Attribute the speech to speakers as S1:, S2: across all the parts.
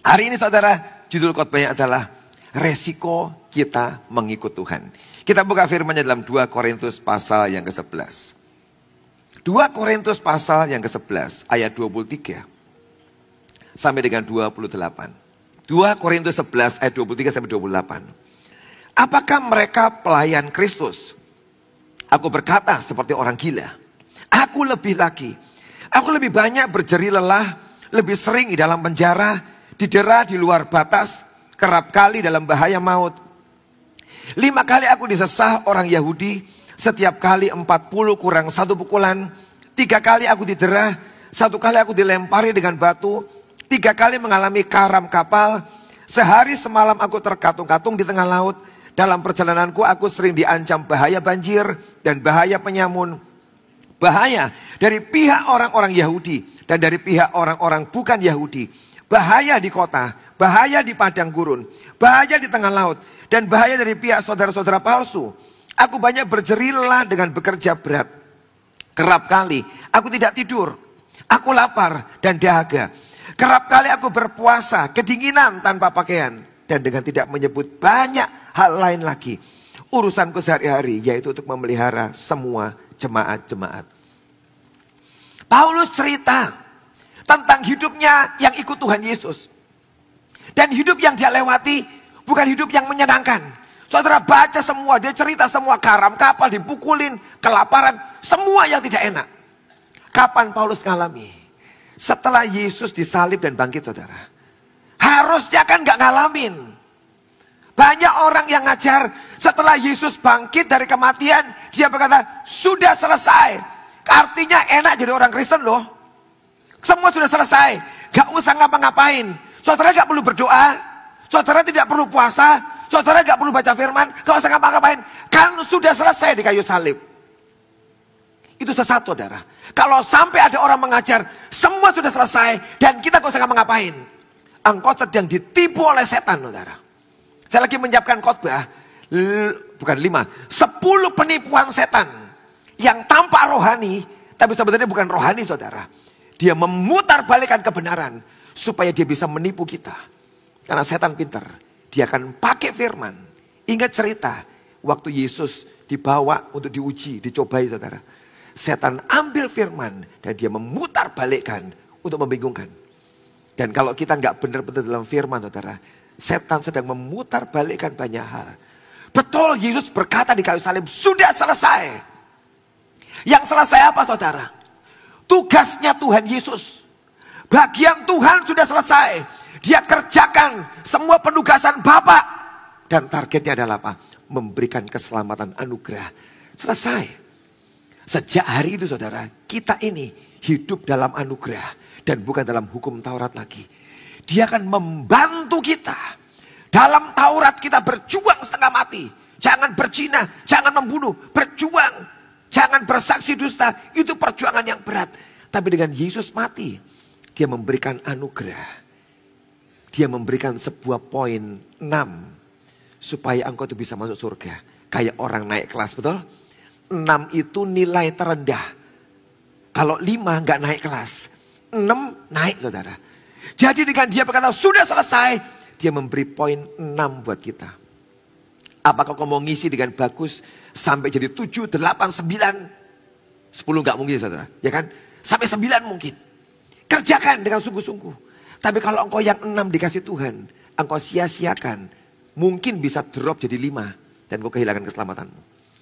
S1: Hari ini saudara, judul khotbahnya adalah resiko kita mengikut Tuhan. Kita buka firman-Nya dalam 2 Korintus pasal yang ke-11. 2 Korintus pasal yang ke-11 ayat 23 sampai dengan 28. 2 Korintus 11 ayat 23 sampai 28. Apakah mereka pelayan Kristus? Aku berkata seperti orang gila. Aku lebih lagi. Aku lebih banyak berjeri lelah, lebih sering di dalam penjara, didera di luar batas, kerap kali dalam bahaya maut. 5 kali aku disesah orang Yahudi, setiap kali 40 kurang 1 pukulan. 3 kali aku didera, 1 kali aku dilempari dengan batu. 3 kali mengalami karam kapal. Sehari semalam aku terkatung-katung di tengah laut. Dalam perjalananku aku sering diancam bahaya banjir dan bahaya penyamun. Bahaya dari pihak orang-orang Yahudi dan dari pihak orang-orang bukan Yahudi. Bahaya di kota, bahaya di padang gurun, bahaya di tengah laut, dan bahaya dari pihak saudara-saudara palsu. Aku banyak berjeri lelah dengan bekerja berat. Kerap kali aku tidak tidur, aku lapar dan dahaga. Kerap kali aku berpuasa, kedinginan tanpa pakaian. Dan dengan tidak menyebut banyak hal lain lagi. Urusanku sehari-hari yaitu untuk memelihara semua jemaat-jemaat. Paulus cerita tentang hidupnya yang ikut Tuhan Yesus. Dan hidup yang dia lewati bukan hidup yang menyenangkan. Saudara baca semua, dia cerita semua karam kapal, dipukulin, kelaparan, semua yang tidak enak. Kapan Paulus ngalami? Setelah Yesus disalib dan bangkit, saudara. Harusnya kan gak ngalamin. Banyak orang yang ngajar setelah Yesus bangkit dari kematian, dia berkata, sudah selesai. Artinya enak jadi orang Kristen loh. Semua sudah selesai. Gak usah ngapa-ngapain. Saudara gak perlu berdoa. Saudara tidak perlu puasa. Saudara gak perlu baca firman. Gak usah ngapa-ngapain. Kan sudah selesai di kayu salib. Itu sesat, saudara. Kalau sampai ada orang mengajar, semua sudah selesai dan kita gak usah ngapa-ngapain. Engkau sedang ditipu oleh setan, saudara. Saya lagi menyiapkan khotbah, bukan 5, 10 penipuan setan yang tampak rohani, tapi sebenarnya bukan rohani, saudara. Dia memutarbalikkan kebenaran supaya dia bisa menipu kita. Karena setan pintar, dia akan pakai firman. Ingat cerita waktu Yesus dibawa untuk diuji, dicobai, saudara. Setan ambil firman dan dia memutarbalikkan untuk membingungkan. Dan kalau kita nggak benar-benar dalam firman, saudara, setan sedang memutarbalikkan banyak hal. Betul, Yesus berkata di kayu salib, sudah selesai. Yang selesai apa, saudara? Tugasnya Tuhan Yesus. Bagian Tuhan sudah selesai. Dia kerjakan semua penugasan Bapa. Dan targetnya adalah apa? Memberikan keselamatan anugerah. Selesai. Sejak hari itu, saudara, kita ini hidup dalam anugerah. Dan bukan dalam hukum Taurat lagi. Dia akan membantu kita. Dalam Taurat kita berjuang setengah mati. Jangan berzina, jangan membunuh, berjuang. Jangan bersaksi dusta, itu perjuangan yang berat. Tapi dengan Yesus mati, dia memberikan anugerah. Dia memberikan sebuah poin 6. Supaya engkau itu bisa masuk surga. Kayak orang naik kelas, betul? 6 itu nilai terendah. Kalau 5 nggak naik kelas. 6 naik, saudara. Jadi dengan dia berkata sudah selesai, dia memberi poin 6 buat kita. Apakah kau mau ngisi dengan bagus sampai jadi 7, 8, 9, 10 nggak mungkin, saudara. Ya kan? Sampai 9 mungkin. Kerjakan dengan sungguh-sungguh. Tapi kalau engkau yang 6 dikasih Tuhan, engkau sia-siakan, mungkin bisa drop jadi 5 dan kau kehilangan keselamatanmu.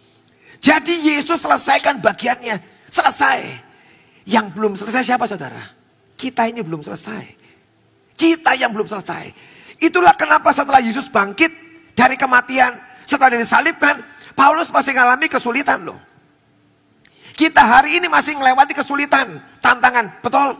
S1: Jadi Yesus selesaikan bagiannya, selesai. Yang belum selesai siapa, saudara? Kita ini belum selesai. Kita yang belum selesai. Itulah kenapa setelah Yesus bangkit dari kematian, setelah disalibkan, Paulus masih mengalami kesulitan loh. Kita hari ini masih melewati kesulitan, tantangan, betul?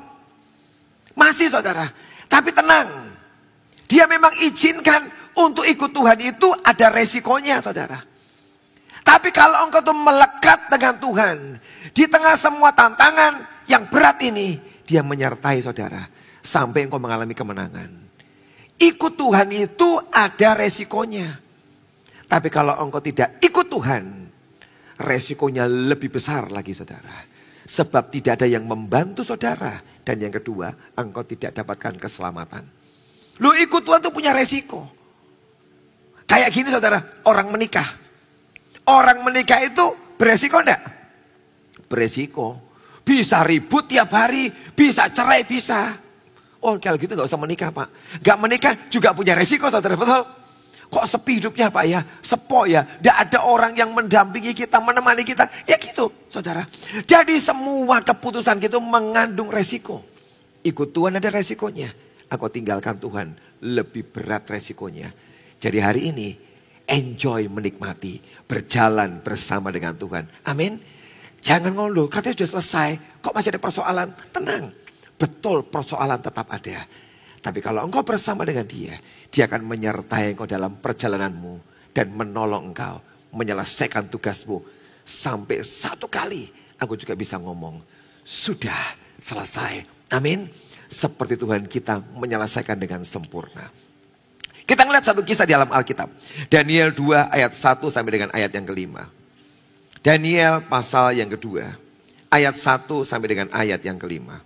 S1: Masih, saudara. Tapi tenang. Dia memang izinkan untuk ikut Tuhan itu ada resikonya, saudara. Tapi kalau engkau tuh melekat dengan Tuhan, di tengah semua tantangan yang berat ini, dia menyertai, saudara, sampai engkau mengalami kemenangan. Ikut Tuhan itu ada resikonya. Tapi kalau engkau tidak ikut Tuhan, resikonya lebih besar lagi, saudara. Sebab tidak ada yang membantu saudara. Dan yang kedua, engkau tidak dapatkan keselamatan. Lu ikut Tuhan tuh punya resiko. Kayak gini saudara, orang menikah. Orang menikah itu beresiko enggak? Beresiko. Bisa ribut tiap hari, bisa cerai, bisa. Oh kalau gitu gak usah menikah Pak. Gak menikah juga punya resiko saudara, betul? Kok sepi hidupnya Pak ya? Sepo ya? Tidak ada orang yang mendampingi kita, menemani kita. Ya gitu saudara. Jadi semua keputusan kita mengandung resiko. Ikut Tuhan ada resikonya. Aku tinggalkan Tuhan, lebih berat resikonya. Jadi hari ini enjoy menikmati, berjalan bersama dengan Tuhan. Amin. Jangan ngeluh, katanya sudah selesai, kok masih ada persoalan? Tenang, betul persoalan tetap ada. Tapi kalau engkau bersama dengan dia akan menyertai engkau dalam perjalananmu dan menolong engkau menyelesaikan tugasmu. Sampai satu kali aku juga bisa ngomong, sudah selesai. Amin. Seperti Tuhan kita menyelesaikan dengan sempurna. Kita ngeliat satu kisah di dalam Alkitab. Daniel 2 ayat 1 sampai dengan ayat yang kelima. Daniel pasal yang kedua. Ayat 1 sampai dengan ayat yang kelima.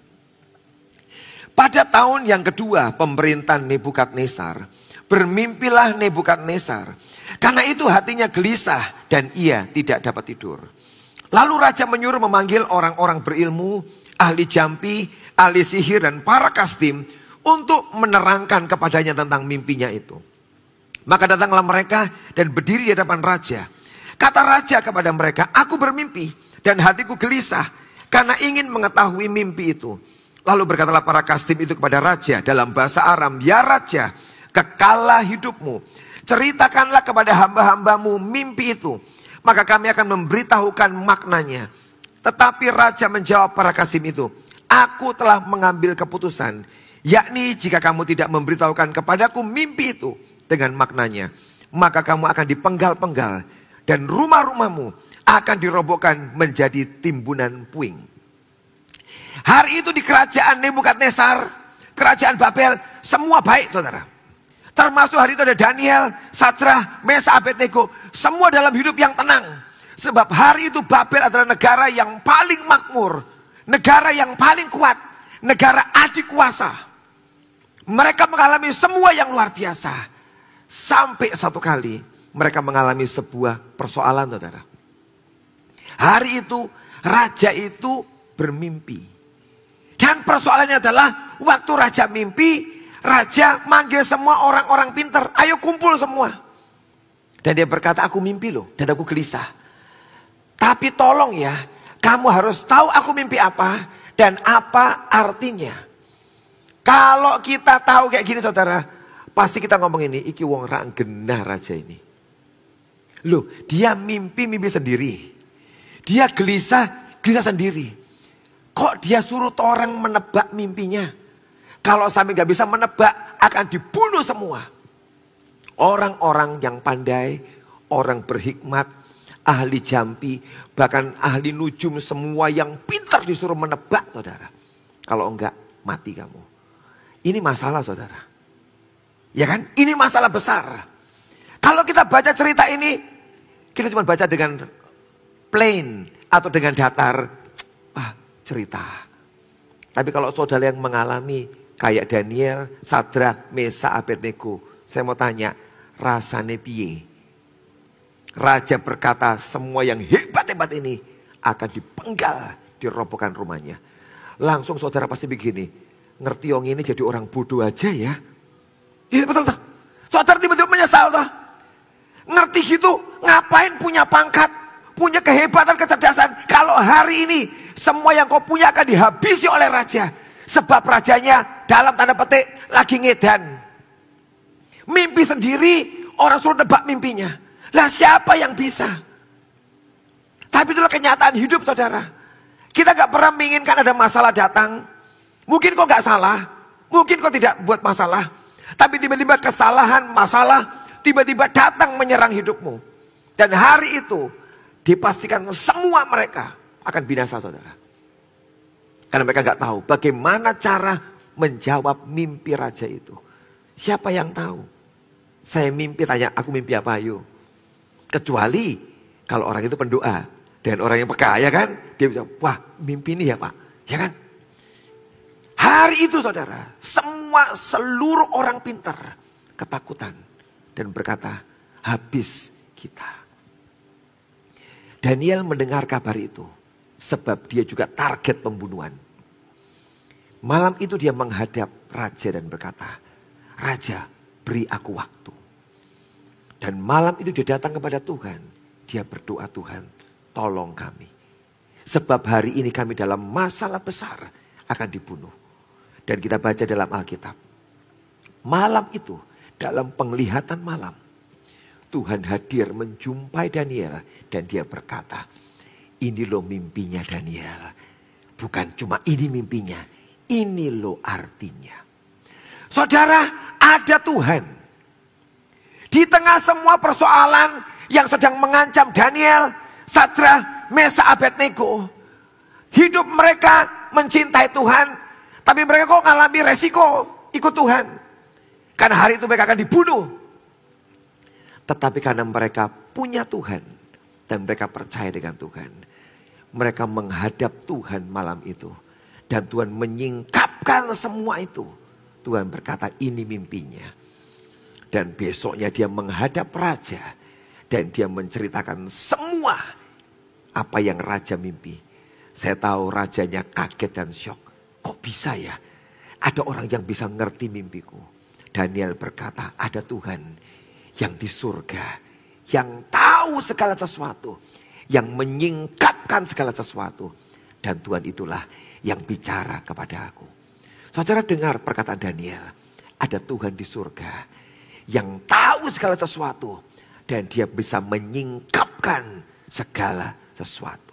S1: Pada tahun yang kedua pemerintahan Nebukadnezar. Bermimpilah Nebukadnezar. Karena itu hatinya gelisah dan ia tidak dapat tidur. Lalu raja menyuruh memanggil orang-orang berilmu, ahli jampi, ahli sihir dan para kastim untuk menerangkan kepadanya tentang mimpinya itu. Maka datanglah mereka dan berdiri di hadapan raja. Kata raja kepada mereka, aku bermimpi dan hatiku gelisah karena ingin mengetahui mimpi itu. Lalu berkatalah para kastim itu kepada raja dalam bahasa Aram, ya raja, kekalah hidupmu. Ceritakanlah kepada hamba-hambamu mimpi itu. Maka kami akan memberitahukan maknanya. Tetapi raja menjawab para kastim itu, aku telah mengambil keputusan. Yakni jika kamu tidak memberitahukan kepadaku mimpi itu dengan maknanya, maka kamu akan dipenggal-penggal dan rumah-rumahmu akan dirobohkan menjadi timbunan puing. Hari itu di kerajaan Nebukadnezar, kerajaan Babel, semua baik saudara. Termasuk hari itu ada Daniel, Sadrah, Mesa, Abednego, semua dalam hidup yang tenang. Sebab hari itu Babel adalah negara yang paling makmur, negara yang paling kuat, negara adik kuasa. Mereka mengalami semua yang luar biasa. Sampai satu kali mereka mengalami sebuah persoalan saudara. Hari itu raja itu bermimpi. Dan persoalannya adalah waktu raja mimpi, raja manggil semua orang-orang pintar. Ayo kumpul semua. Dan dia berkata, aku mimpi loh dan aku gelisah. Tapi tolong ya, kamu harus tahu aku mimpi apa dan apa artinya. Kalau kita tahu kayak gini saudara, pasti kita ngomong ini, iki wong ra genah raja ini. Loh, dia mimpi sendiri. Dia gelisah sendiri. Kok dia suruh orang menebak mimpinya? Kalau sampai gak bisa menebak, akan dibunuh semua. Orang-orang yang pandai, orang berhikmat, ahli jampi, bahkan ahli nujum, semua yang pintar disuruh menebak saudara. Kalau enggak, mati kamu. Ini masalah saudara. Ya kan? Ini masalah besar. Kalau kita baca cerita ini, kita cuma baca dengan plain atau dengan datar. Cerita. Tapi kalau saudara yang mengalami kayak Daniel, Sadrah, Mesa, Abednego, saya mau tanya, rasane piye? Raja berkata semua yang hebat-hebat ini akan dipenggal, dirobohkan rumahnya. Langsung saudara pasti begini, ngerti yang ini jadi orang bodoh aja ya. Iya betul toh. Saudara tiba-tiba menyesal toh. Ngerti gitu, ngapain punya pangkat, punya kehebatan, kecerdasan. Kalau hari ini semua yang kau punya akan dihabisi oleh raja. Sebab rajanya dalam tanda petik lagi ngedan. Mimpi sendiri, orang suruh nebak mimpinya. Lah siapa yang bisa? Tapi itulah kenyataan hidup saudara. Kita gak pernah menginginkan ada masalah datang. Mungkin kau gak salah. Mungkin kau tidak buat masalah. Tapi tiba-tiba kesalahan, masalah, tiba-tiba datang menyerang hidupmu. Dan hari itu dipastikan semua mereka akan binasa saudara. Karena mereka gak tahu bagaimana cara menjawab mimpi raja itu. Siapa yang tahu? Saya mimpi, tanya aku mimpi apa ayo. Kecuali kalau orang itu pendoa. Dan orang yang peka ya kan. Dia bisa, wah mimpi ini ya pak. Ya kan. Hari itu saudara, seluruh orang pintar ketakutan dan berkata, habis kita. Daniel mendengar kabar itu sebab dia juga target pembunuhan. Malam itu dia menghadap raja dan berkata, Raja, beri aku waktu. Dan malam itu dia datang kepada Tuhan. Dia berdoa, Tuhan, tolong kami. Sebab hari ini kami dalam masalah besar akan dibunuh. Dan kita baca dalam Alkitab. Malam itu, dalam penglihatan malam, Tuhan hadir menjumpai Daniel. Dan dia berkata, ini loh mimpinya Daniel. Bukan cuma ini mimpinya, ini loh artinya. Saudara, ada Tuhan. Di tengah semua persoalan yang sedang mengancam Daniel, Sadrak, Mesak, Abednego. Hidup mereka mencintai Tuhan, tapi mereka kok ngalami resiko ikut Tuhan. Karena hari itu mereka akan dibunuh. Tetapi karena mereka punya Tuhan dan mereka percaya dengan Tuhan, mereka menghadap Tuhan malam itu. Dan Tuhan menyingkapkan semua itu. Tuhan berkata, ini mimpinya. Dan besoknya dia menghadap raja. Dan dia menceritakan semua apa yang raja mimpi. Saya tahu rajanya kaget dan syok. Kok bisa ya? Ada orang yang bisa ngerti mimpiku. Daniel berkata, ada Tuhan yang di surga. Yang tahu segala sesuatu. Yang menyingkapkan segala sesuatu. Dan Tuhan itulah yang bicara kepada aku. Saudara dengar perkataan Daniel. Ada Tuhan di surga yang tahu segala sesuatu. Dan dia bisa menyingkapkan segala sesuatu.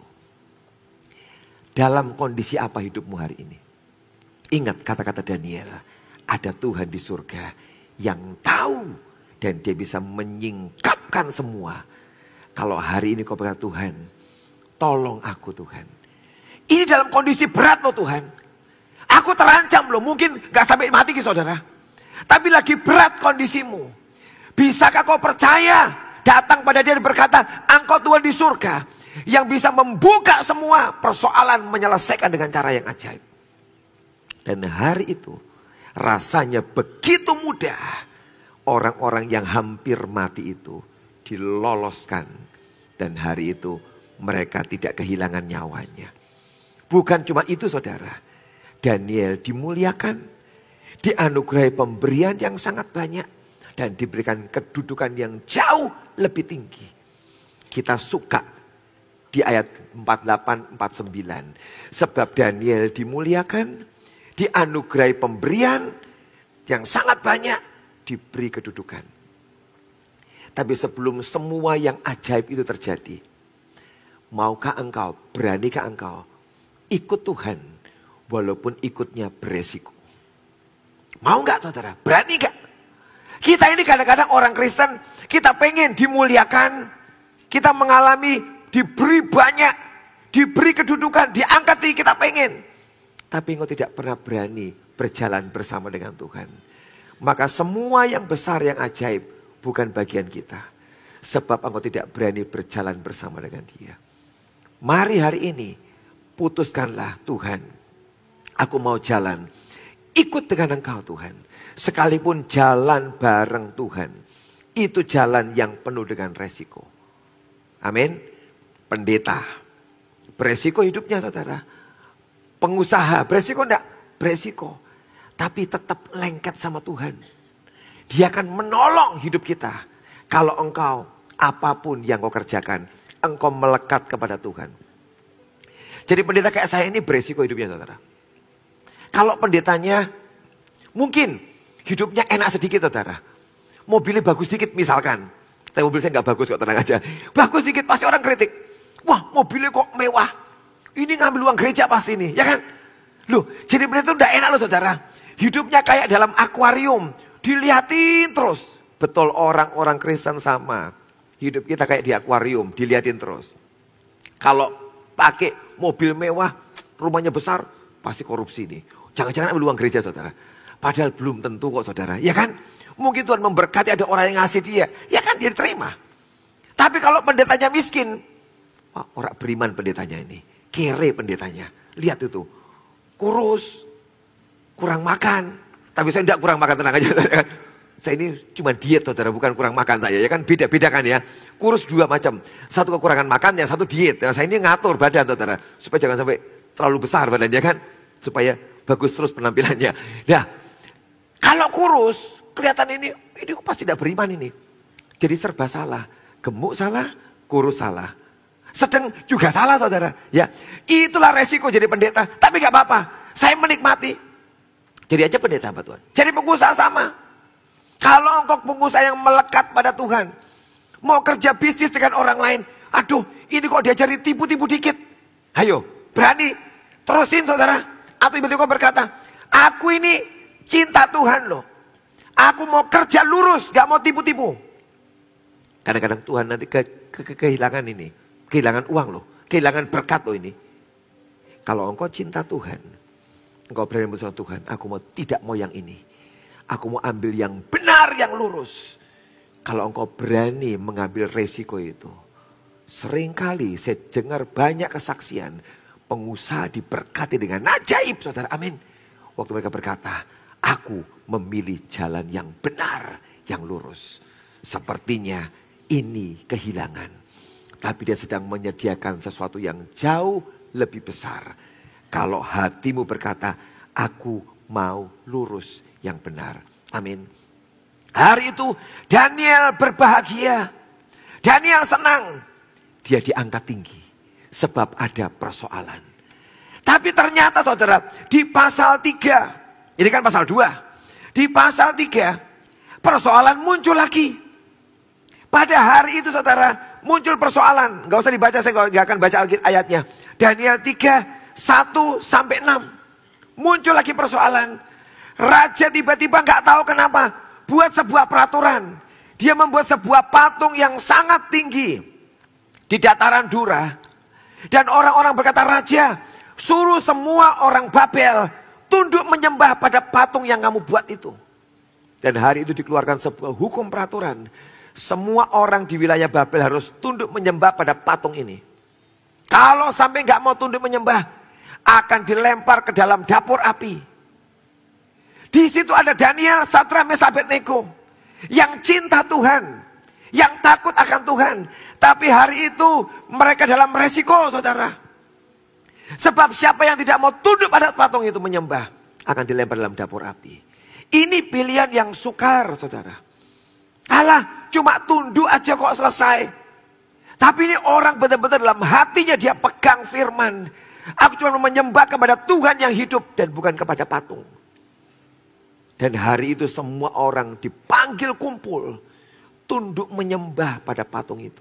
S1: Dalam kondisi apa hidupmu hari ini? Ingat kata-kata Daniel. Ada Tuhan di surga yang tahu. Dan dia bisa menyingkapkan semua. Kalau hari ini kau berkata, Tuhan, tolong aku Tuhan. Ini dalam kondisi berat loh Tuhan. Aku terancam loh, mungkin gak sampai mati saudara. Tapi lagi berat kondisimu. Bisakah kau percaya? Datang pada dia dan berkata, engkau Tuhan di surga. Yang bisa membuka semua persoalan, menyelesaikan dengan cara yang ajaib. Dan hari itu rasanya begitu mudah. Orang-orang yang hampir mati itu diloloskan. Dan hari itu mereka tidak kehilangan nyawanya. Bukan cuma itu saudara. Daniel dimuliakan. Dianugerahi pemberian yang sangat banyak. Dan diberikan kedudukan yang jauh lebih tinggi. Kita suka di ayat 48-49. Sebab Daniel dimuliakan. Dianugerahi pemberian yang sangat banyak. Diberi kedudukan. Tapi sebelum semua yang ajaib itu terjadi. Maukah engkau, beranikah engkau ikut Tuhan walaupun ikutnya beresiko? Mau gak saudara? Berani gak? Kita ini kadang-kadang orang Kristen, kita pengen dimuliakan, kita mengalami diberi banyak, diberi kedudukan, diangkat tinggi, kita pengen. Tapi engkau tidak pernah berani berjalan bersama dengan Tuhan. Maka semua yang besar, yang ajaib bukan bagian kita. Sebab engkau tidak berani berjalan bersama dengan dia. Mari hari ini putuskanlah, Tuhan, aku mau jalan ikut dengan engkau Tuhan. Sekalipun jalan bareng Tuhan, itu jalan yang penuh dengan resiko. Amin. Pendeta beresiko hidupnya saudara. Pengusaha beresiko enggak? Beresiko. Tapi tetap lengket sama Tuhan. Dia akan menolong hidup kita. Kalau engkau apapun yang kau kerjakan, engkau melekat kepada Tuhan. Jadi pendeta kayak saya ini beresiko hidupnya saudara. Kalau pendetanya mungkin hidupnya enak sedikit saudara. Mobilnya bagus sedikit misalkan. Tapi mobil saya gak bagus kok, tenang aja. Bagus sedikit pasti orang kritik. Wah mobilnya kok mewah. Ini ngambil uang gereja pasti nih, ya kan? Loh, jadi pendeta itu udah enak loh saudara. Hidupnya kayak dalam akuarium. Dilihatin terus. Betul orang-orang Kristen sama. Hidup kita kayak di akuarium. Dilihatin terus. Kalau pakai mobil mewah. Rumahnya besar. Pasti korupsi nih. Jangan-jangan ambil uang gereja saudara. Padahal belum tentu kok saudara. Ya kan? Mungkin Tuhan memberkati ada orang yang ngasih dia. Ya kan dia diterima. Tapi kalau pendetanya miskin. Wah, orang beriman pendetanya ini. Kere pendetanya. Lihat itu. Kurus. kurang makan. Tapi saya tidak kurang makan, tenang aja. Saya ini cuma diet saudara, bukan kurang makan saya. Ya kan beda-beda kan ya. Kurus dua macam. Satu kekurangan makan, yang satu diet. Nah, saya ini ngatur badan saudara. Supaya jangan sampai terlalu besar badannya kan. Supaya bagus terus penampilannya. Nah, kalau kurus, kelihatan ini pasti tidak beriman ini. Jadi serba salah. Gemuk salah, kurus salah. Sedang juga salah saudara. Ya, itulah resiko jadi pendeta. Tapi gak apa-apa. Saya menikmati. Jadi aja pendeta apa Tuhan. Jadi pengusaha sama. Kalau engkau pengusaha yang melekat pada Tuhan. Mau kerja bisnis dengan orang lain. Aduh, ini kok diajari tipu-tipu dikit. Ayo, berani. Terusin saudara. Atau tiba-tiba berkata, aku ini cinta Tuhan loh. Aku mau kerja lurus, gak mau tipu-tipu. Kadang-kadang Tuhan nanti kehilangan ini. Kehilangan uang loh. Kehilangan berkat loh ini. Kalau engkau cinta Tuhan. Engkau berani bersama Tuhan. Aku tidak mau yang ini. Aku mau ambil yang benar, yang lurus. Kalau engkau berani mengambil resiko itu. Seringkali saya dengar banyak kesaksian. Pengusaha diberkati dengan ajaib saudara. Amin. Waktu mereka berkata, aku memilih jalan yang benar, yang lurus. Sepertinya ini kehilangan. Tapi dia sedang menyediakan sesuatu yang jauh lebih besar. Kalau hatimu berkata, aku mau lurus yang benar. Amin. Hari itu Daniel berbahagia. Daniel senang. Dia diangkat tinggi. Sebab ada persoalan. Tapi ternyata saudara, di pasal 3. Ini kan pasal 2. Di pasal 3, persoalan muncul lagi. Pada hari itu saudara, muncul persoalan. Gak usah dibaca, saya gak akan baca ayatnya. Daniel 3, 1 sampai 6. Muncul lagi persoalan. Raja tiba-tiba gak tahu kenapa buat sebuah peraturan. Dia membuat sebuah patung yang sangat tinggi di dataran Dura. Dan orang-orang berkata, Raja, suruh semua orang Babel tunduk menyembah pada patung yang kamu buat itu. Dan hari itu dikeluarkan sebuah hukum peraturan. Semua orang di wilayah Babel harus tunduk menyembah pada patung ini. Kalau sampai gak mau tunduk menyembah, akan dilempar ke dalam dapur api. Di situ ada Daniel, Sadrak, Mesak, Abednego yang cinta Tuhan, yang takut akan Tuhan. Tapi hari itu mereka dalam resiko saudara. Sebab siapa yang tidak mau tunduk pada patung itu menyembah, akan dilempar dalam dapur api. Ini pilihan yang sukar saudara. Alah, cuma tunduk aja kok selesai. Tapi ini orang benar-benar dalam hatinya dia pegang firman. Aku cuma menyembah kepada Tuhan yang hidup dan bukan kepada patung. Dan hari itu semua orang dipanggil kumpul. Tunduk menyembah pada patung itu.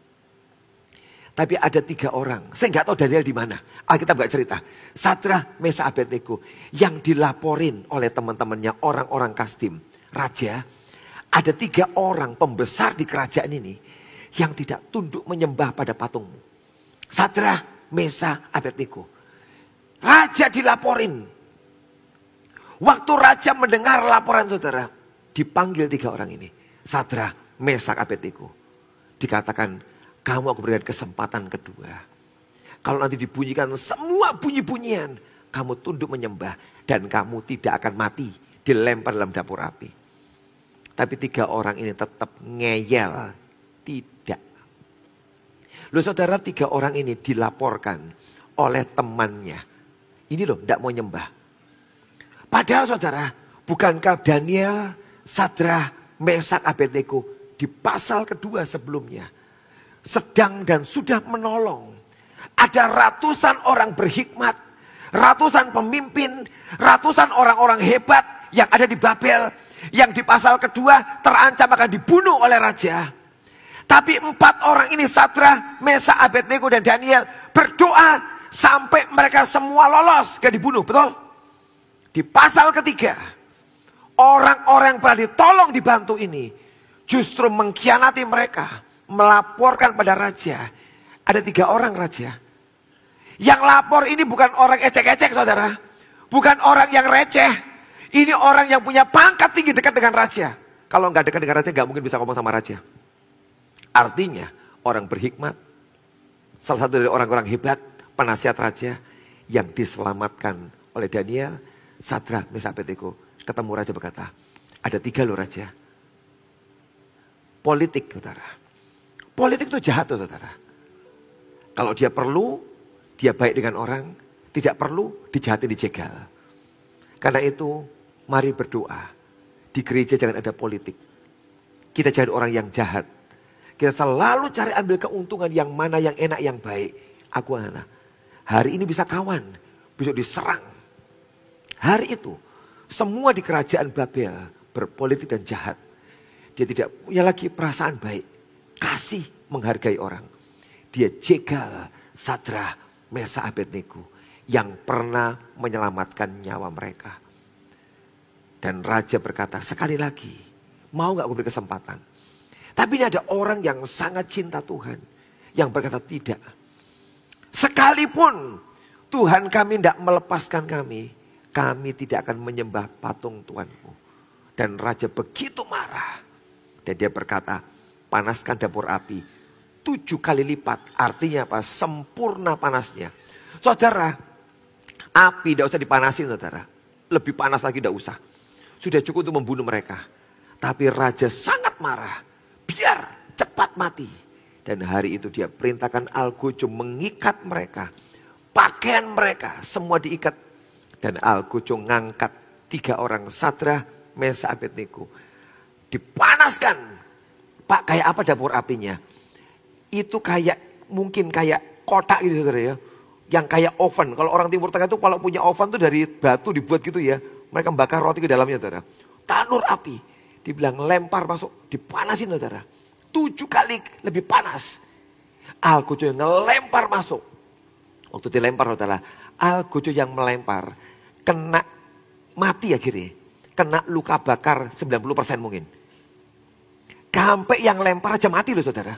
S1: Tapi ada 3 orang. Saya nggak tahu Daniel di mana. Alkitab nggak cerita. Sadrak, Mesak, Abednego. Yang dilaporin oleh teman-temannya orang-orang Kasdim. Raja, ada 3 orang pembesar di kerajaan ini. Yang tidak tunduk menyembah pada patungmu. Sadrak, Mesak, Abednego. Raja dilaporin. Waktu raja mendengar laporan saudara, dipanggil 3 orang ini. Sadrak, Mesak, Abednego. Dikatakan, kamu aku berikan kesempatan kedua. Kalau nanti dibunyikan semua bunyi-bunyian, kamu tunduk menyembah dan kamu tidak akan mati, dilempar dalam dapur api. Tapi 3 orang ini tetap ngeyel, tidak. Loh saudara, 3 orang ini dilaporkan oleh temannya. Ini loh, tidak mau nyembah. Padahal saudara, bukankah Daniel, Sadrak, Mesak, Abednego di pasal kedua sebelumnya sedang dan sudah menolong. Ada ratusan orang berhikmat, ratusan pemimpin, ratusan orang-orang hebat yang ada di Babel. Yang di pasal kedua terancam akan dibunuh oleh raja. Tapi 4 orang ini, Sadrak, Mesak, Abednego dan Daniel, berdoa sampai mereka semua lolos, gak dibunuh, betul? Di pasal ketiga, orang-orang yang pernah ditolong dibantu ini justru mengkhianati mereka, melaporkan pada raja. Ada 3 orang raja. Yang lapor ini bukan orang ecek-ecek saudara. Bukan orang yang receh. Ini orang yang punya pangkat tinggi dekat dengan raja. Kalau nggak dekat dengan raja, nggak mungkin bisa ngomong sama raja. Artinya orang berhikmat, salah satu dari orang-orang hebat, penasihat raja yang diselamatkan oleh Daniel, Sadrak, Mesak, Abednego ketemu raja berkata, ada 3 loh raja. Politik, saudara. Politik itu jahat tuh, saudara. Kalau dia perlu, dia baik dengan orang. Tidak perlu, dijahatin, dijegal. Karena itu, mari berdoa. Di gereja jangan ada politik. Kita jadi orang yang jahat. Kita selalu cari ambil keuntungan yang mana yang enak, yang baik. Aku anak. Hari ini bisa kawan, besok diserang. Hari itu, semua di kerajaan Babel berpolitik dan jahat. Dia tidak punya lagi perasaan baik. Kasih menghargai orang. Dia jegal Sadrak, Mesak, Abednego yang pernah menyelamatkan nyawa mereka. Dan raja berkata, sekali lagi, mau gak aku beri kesempatan? Tapi ini ada orang yang sangat cinta Tuhan. Yang berkata tidak. Sekalipun Tuhan kami tidak melepaskan kami tidak akan menyembah patung Tuhanku. Dan raja begitu marah. Dan dia berkata, panaskan dapur api 7 kali lipat. Artinya apa? Sempurna panasnya. Saudara, api tidak usah dipanasin, saudara. Lebih panas lagi tidak usah. Sudah cukup untuk membunuh mereka. Tapi raja sangat marah. Biar cepat mati. Dan hari itu dia perintahkan Algojo mengikat mereka. Pakaian mereka semua diikat. Dan Algojo ngangkat 3 orang Sadrak, Mesak, Abednego. Dipanaskan. Pak, kayak apa dapur apinya? Itu kayak, mungkin kayak kotak gitu, saudara ya. Yang kayak oven. Kalau orang Timur Tengah itu kalau punya oven tuh dari batu dibuat gitu ya. Mereka bakar roti ke dalamnya, saudara. Tanur api. Dibilang lempar masuk, dipanasin, saudara. 7 kali lebih panas. Algojo yang melempar masuk. Waktu dilempar, saudara. Algojo yang melempar. Kena mati akhirnya. Kena luka bakar 90% mungkin. Sampai yang lempar aja mati loh, saudara.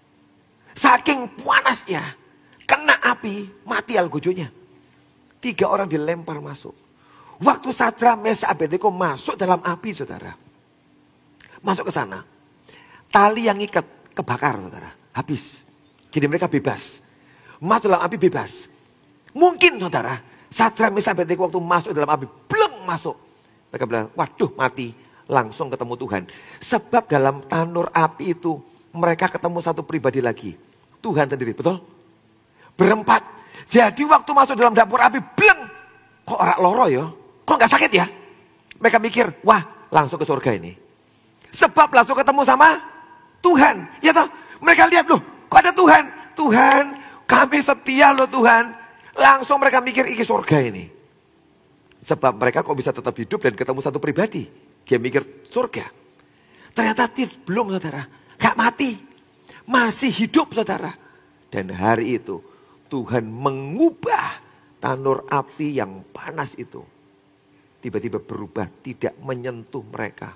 S1: Saking panasnya. Kena api, mati Algojonya. 3 orang dilempar masuk. Waktu Sadrak, Mesak, Abednego masuk dalam api, saudara. Masuk ke sana. Tali yang ikat kebakar, saudara. Habis. Jadi mereka bebas. Masuk dalam api bebas. Mungkin, saudara. Sadrak, Mesak, Abednego waktu masuk dalam api. Bleng masuk. Mereka bilang, waduh mati. Langsung ketemu Tuhan. Sebab dalam tanur api itu. Mereka ketemu satu pribadi lagi. Tuhan sendiri, betul? Berempat. Jadi waktu masuk dalam dapur api. Bleng. Kok orang loro ya? Kok gak sakit ya? Mereka mikir, wah langsung ke surga ini. Sebab langsung ketemu sama Tuhan. Ya toh? Mereka lihat loh, kok ada Tuhan? Tuhan, kami setia loh Tuhan. Langsung mereka mikir ini surga ini. Sebab mereka kok bisa tetap hidup dan ketemu satu pribadi. Dia mikir surga. Ternyata belum, saudara. Gak mati. Masih hidup, saudara. Dan hari itu Tuhan mengubah tanur api yang panas itu. Tiba-tiba berubah, tidak menyentuh mereka.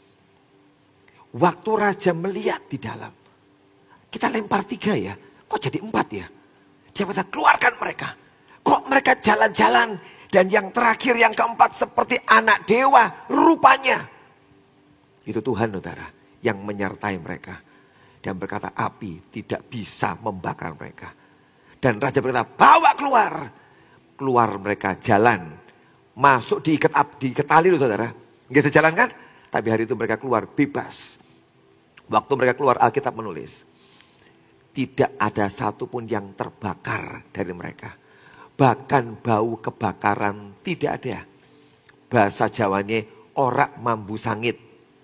S1: Waktu raja melihat di dalam. Kita lempar 3 ya. Kok jadi 4 ya? Dia kata keluarkan mereka. Kok mereka jalan-jalan. Dan yang terakhir, yang keempat seperti anak dewa rupanya. Itu Tuhan, saudara, yang menyertai mereka. Dan berkata api tidak bisa membakar mereka. Dan raja berkata bawa keluar. Keluar mereka jalan. Masuk diikat tali loh, saudara. Nggak bisa jalan kan? Tapi hari itu mereka keluar bebas. Waktu mereka keluar Alkitab menulis. Tidak ada satupun yang terbakar dari mereka. Bahkan bau kebakaran tidak ada. Bahasa Jawanya orak mambu sangit.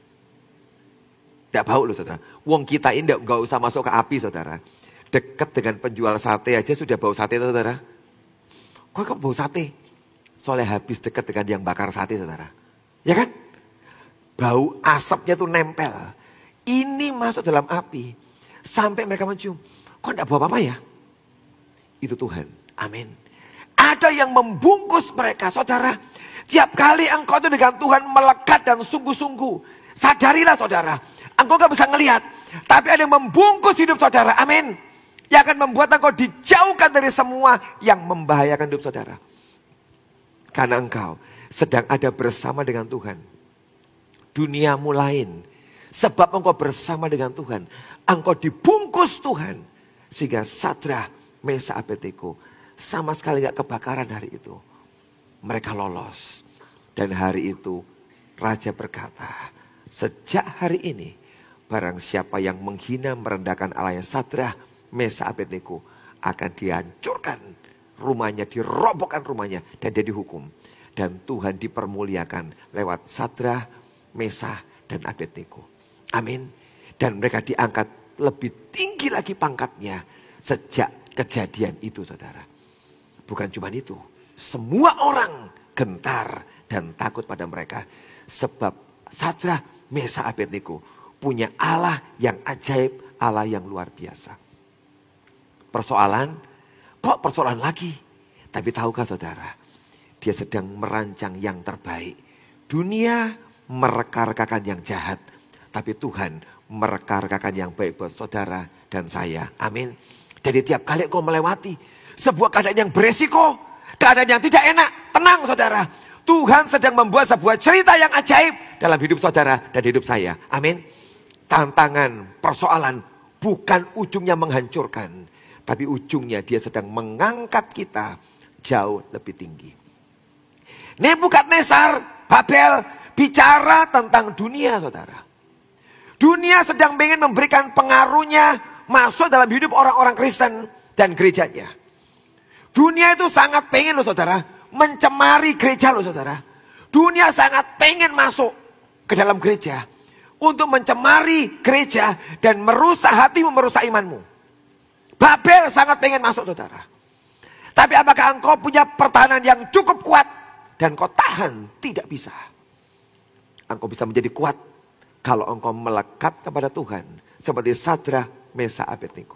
S1: Tidak bau loh, saudara. Wong kita ini nggak usah masuk ke api, saudara. Dekat dengan penjual sate aja sudah bau sate, saudara. Kok bau sate? Soalnya habis dekat dengan yang bakar sate, saudara. Ya kan? Bau asapnya tuh nempel. Ini masuk dalam api. Sampai mereka mencium. Kok enggak bau apa-apa ya? Itu Tuhan. Amin. Ada yang membungkus mereka, saudara. Tiap kali engkau itu dengan Tuhan melekat dan sungguh-sungguh. Sadarilah, saudara. Engkau gak bisa ngelihat. Tapi ada yang membungkus hidup saudara. Amin. Yang akan membuat engkau dijauhkan dari semua yang membahayakan hidup saudara. Karena engkau sedang ada bersama dengan Tuhan. Duniamu lain. Sebab engkau bersama dengan Tuhan. Engkau dibungkus Tuhan. Sehingga Sadrak, Mesak, Abednego sama sekali gak kebakaran hari itu. Mereka lolos. Dan hari itu raja berkata, sejak hari ini barang siapa yang menghina merendahkan Allah Sadrah, Mesah, Abednego akan dihancurkan rumahnya, dirobohkan rumahnya dan dia dihukum. Dan Tuhan dipermuliakan lewat Sadrah, Mesah dan Abednego. Amin. Dan mereka diangkat lebih tinggi lagi pangkatnya sejak kejadian itu, saudara. Bukan cuma itu, semua orang gentar dan takut pada mereka. Sebab Sadrah, Mesah, Abednego punya Allah yang ajaib, Allah yang luar biasa. Persoalan, kok persoalan lagi? Tapi tahukah saudara, dia sedang merancang yang terbaik. Dunia mereka-rekakan yang jahat, tapi Tuhan mereka-rekakan yang baik buat saudara dan saya. Amin. Jadi tiap kali kau melewati sebuah keadaan yang beresiko, keadaan yang tidak enak, tenang saudara. Tuhan sedang membuat sebuah cerita yang ajaib dalam hidup saudara dan hidup saya. Amin. Tantangan, persoalan bukan ujungnya menghancurkan, tapi ujungnya dia sedang mengangkat kita jauh lebih tinggi. Nebukadnezar, Babel bicara tentang dunia, saudara. Dunia sedang ingin memberikan pengaruhnya masuk dalam hidup orang-orang Kristen dan gerejanya. Dunia itu sangat pengen loh saudara, mencemari gereja loh saudara. Dunia sangat pengen masuk ke dalam gereja untuk mencemari gereja dan merusak hatimu, merusak imanmu. Babel sangat pengen masuk saudara. Tapi apakah engkau punya pertahanan yang cukup kuat dan kau tahan? Tidak bisa. Engkau bisa menjadi kuat kalau engkau melekat kepada Tuhan seperti Sadrah, Mesah, Abednego.